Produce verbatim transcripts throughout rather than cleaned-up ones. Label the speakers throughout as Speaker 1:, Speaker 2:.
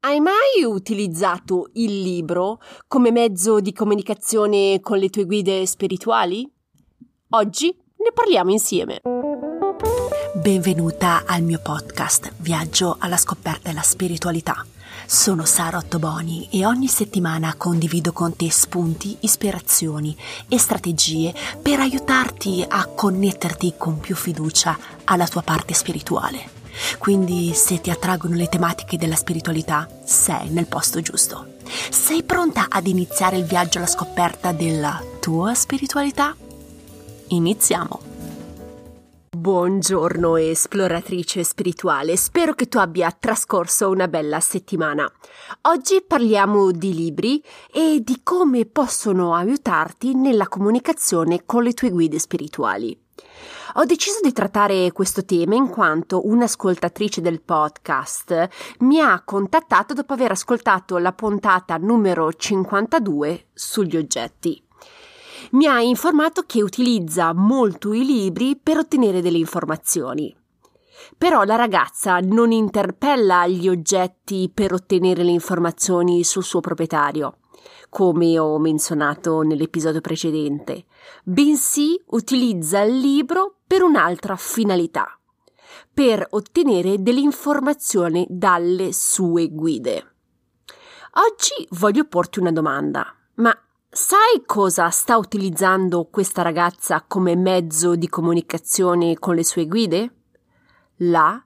Speaker 1: Hai mai utilizzato il libro come mezzo di comunicazione con le tue guide spirituali? Oggi ne parliamo insieme.
Speaker 2: Benvenuta al mio podcast Viaggio alla scoperta della spiritualità. Sono Sara Ottoboni e ogni settimana condivido con te spunti, ispirazioni e strategie per aiutarti a connetterti con più fiducia alla tua parte spirituale. Quindi, se ti attraggono le tematiche della spiritualità, sei nel posto giusto. Sei pronta ad iniziare il viaggio alla scoperta della tua spiritualità? Iniziamo!
Speaker 1: Buongiorno esploratrice spirituale, spero che tu abbia trascorso una bella settimana. Oggi parliamo di libri e di come possono aiutarti nella comunicazione con le tue guide spirituali. Ho deciso di trattare questo tema in quanto un'ascoltatrice del podcast mi ha contattato dopo aver ascoltato la puntata numero cinquantadue sugli oggetti. Mi ha informato che utilizza molto i libri per ottenere delle informazioni. Però la ragazza non interpella gli oggetti per ottenere le informazioni sul suo proprietario, come ho menzionato nell'episodio precedente, bensì utilizza il libro per un'altra finalità, per ottenere delle informazioni dalle sue guide. Oggi voglio porti una domanda, ma sai cosa sta utilizzando questa ragazza come mezzo di comunicazione con le sue guide? La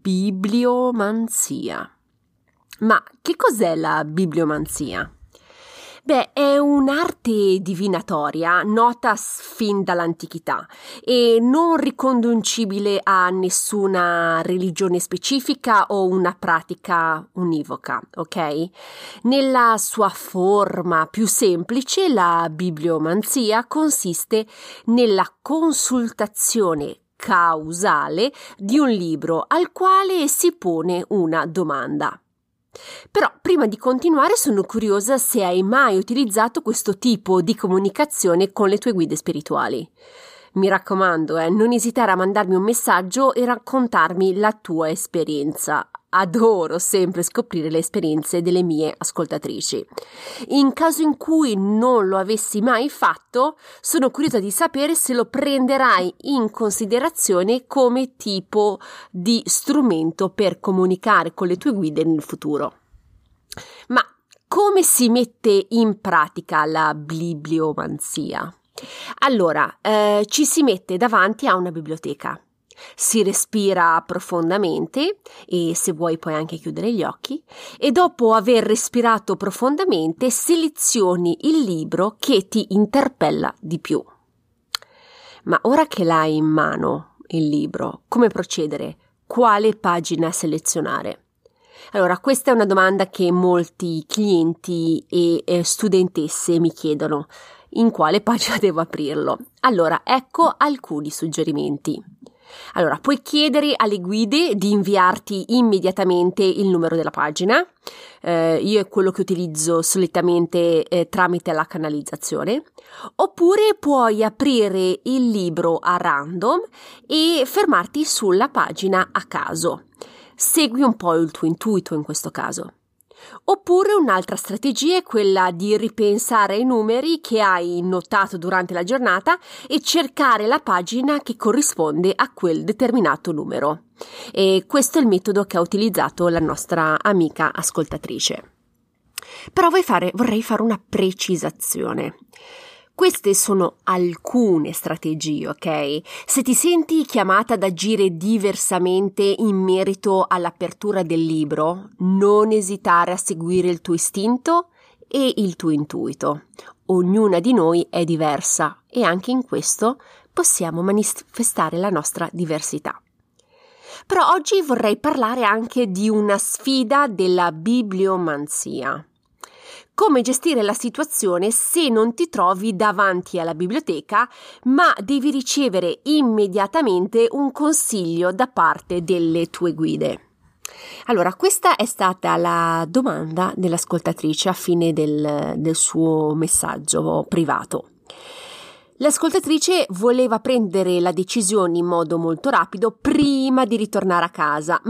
Speaker 1: bibliomanzia. Ma che cos'è la bibliomanzia? Beh, è un'arte divinatoria nota fin dall'antichità e non riconducibile a nessuna religione specifica o una pratica univoca, ok? Nella sua forma più semplice, la bibliomanzia consiste nella consultazione causale di un libro al quale si pone una domanda. Però prima di continuare sono curiosa se hai mai utilizzato questo tipo di comunicazione con le tue guide spirituali. Mi raccomando, eh, non esitare a mandarmi un messaggio e raccontarmi la tua esperienza. Adoro sempre scoprire le esperienze delle mie ascoltatrici. In caso in cui non lo avessi mai fatto, sono curiosa di sapere se lo prenderai in considerazione come tipo di strumento per comunicare con le tue guide nel futuro. Ma come si mette in pratica la bibliomanzia? Allora, eh, ci si mette davanti a una biblioteca. Si respira profondamente e se vuoi puoi anche chiudere gli occhi e dopo aver respirato profondamente selezioni il libro che ti interpella di più. Ma ora che l'hai in mano il libro, come procedere? Quale pagina selezionare? Allora, questa è una domanda che molti clienti e eh, studentesse mi chiedono. In quale pagina devo aprirlo? Allora, ecco alcuni suggerimenti. Allora, puoi chiedere alle guide di inviarti immediatamente il numero della pagina. Eh, io è quello che utilizzo solitamente eh, tramite la canalizzazione. Oppure puoi aprire il libro a random e fermarti sulla pagina a caso. Segui un po' il tuo intuito in questo caso. Oppure un'altra strategia è quella di ripensare ai numeri che hai notato durante la giornata e cercare la pagina che corrisponde a quel determinato numero. E questo è il metodo che ha utilizzato la nostra amica ascoltatrice. Però vorrei fare, vorrei fare una precisazione. Queste sono alcune strategie, ok? Se ti senti chiamata ad agire diversamente in merito all'apertura del libro, non esitare a seguire il tuo istinto e il tuo intuito. Ognuna di noi è diversa e anche in questo possiamo manifestare la nostra diversità. Però oggi vorrei parlare anche di una sfida della bibliomanzia. Come gestire la situazione se non ti trovi davanti alla biblioteca, ma devi ricevere immediatamente un consiglio da parte delle tue guide? Allora, questa è stata la domanda dell'ascoltatrice a fine del, del suo messaggio privato. L'ascoltatrice voleva prendere la decisione in modo molto rapido prima di ritornare a casa, ma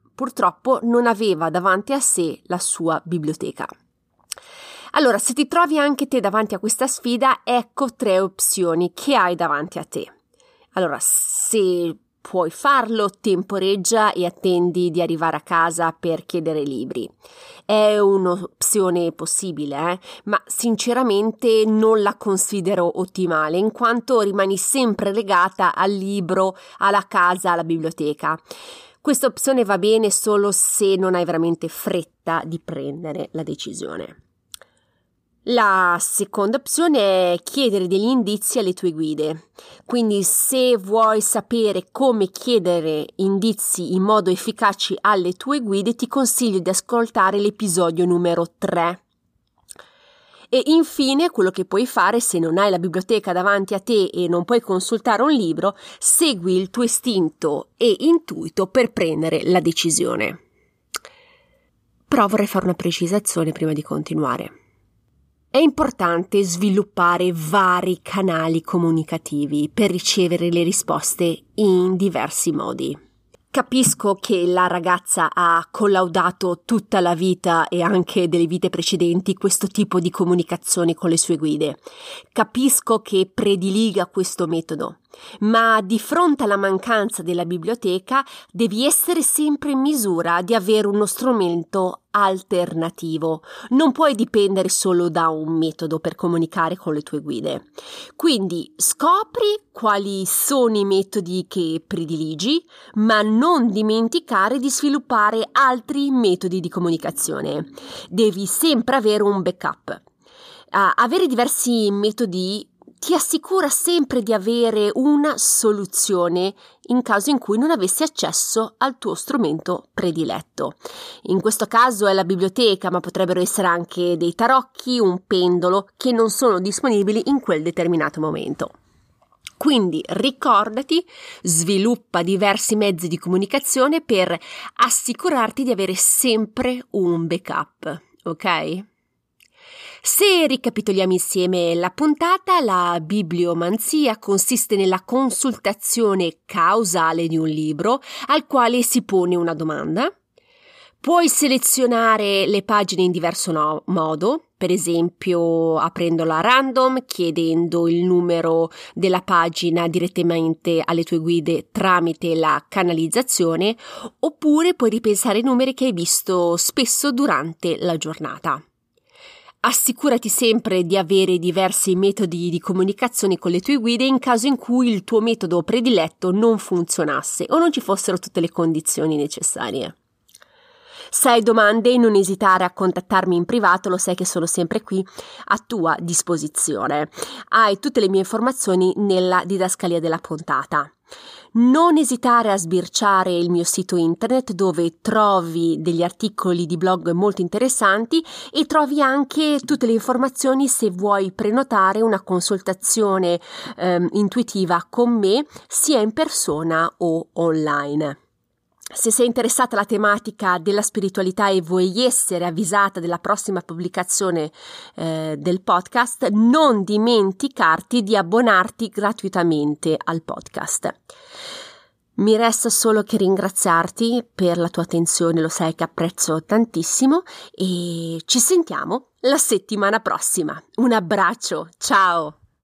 Speaker 1: purtroppo non aveva davanti a sé la sua biblioteca. Allora, se ti trovi anche te davanti a questa sfida, ecco tre opzioni che hai davanti a te. Allora, se puoi farlo, temporeggia e attendi di arrivare a casa per chiedere libri. È un'opzione possibile, eh? Ma sinceramente non la considero ottimale, in quanto rimani sempre legata al libro, alla casa, alla biblioteca. Questa opzione va bene solo se non hai veramente fretta di prendere la decisione. La seconda opzione è chiedere degli indizi alle tue guide. Quindi se vuoi sapere come chiedere indizi in modo efficace alle tue guide, ti consiglio di ascoltare l'episodio numero tre. E infine, quello che puoi fare se non hai la biblioteca davanti a te e non puoi consultare un libro, segui il tuo istinto e intuito per prendere la decisione. Però vorrei fare una precisazione prima di continuare. È importante sviluppare vari canali comunicativi per ricevere le risposte in diversi modi. Capisco che la ragazza ha collaudato tutta la vita e anche delle vite precedenti questo tipo di comunicazione con le sue guide. Capisco che prediliga questo metodo, ma di fronte alla mancanza della biblioteca devi essere sempre in misura di avere uno strumento alternativo. Non puoi dipendere solo da un metodo per comunicare con le tue guide. Quindi scopri quali sono i metodi che prediligi, ma non dimenticare di sviluppare altri metodi di comunicazione. Devi sempre avere un backup. Uh, avere diversi metodi ti assicura sempre di avere una soluzione in caso in cui non avessi accesso al tuo strumento prediletto. In questo caso è la biblioteca, ma potrebbero essere anche dei tarocchi, un pendolo, che non sono disponibili in quel determinato momento. Quindi ricordati, sviluppa diversi mezzi di comunicazione per assicurarti di avere sempre un backup, ok? Se ricapitoliamo insieme la puntata, la bibliomanzia consiste nella consultazione causale di un libro al quale si pone una domanda. Puoi selezionare le pagine in diverso no- modo, per esempio aprendola a random, chiedendo il numero della pagina direttamente alle tue guide tramite la canalizzazione, oppure puoi ripensare ai numeri che hai visto spesso durante la giornata. Assicurati sempre di avere diversi metodi di comunicazione con le tue guide in caso in cui il tuo metodo prediletto non funzionasse o non ci fossero tutte le condizioni necessarie. Se hai domande, non esitare a contattarmi in privato, lo sai che sono sempre qui a tua disposizione. Hai tutte le mie informazioni nella didascalia della puntata. Non esitare a sbirciare il mio sito internet dove trovi degli articoli di blog molto interessanti e trovi anche tutte le informazioni se vuoi prenotare una consultazione eh, intuitiva con me sia in persona o online. Se sei interessata alla tematica della spiritualità e vuoi essere avvisata della prossima pubblicazione eh, del podcast, non dimenticarti di abbonarti gratuitamente al podcast. Mi resta solo che ringraziarti per la tua attenzione, lo sai che apprezzo tantissimo e ci sentiamo la settimana prossima. Un abbraccio, ciao!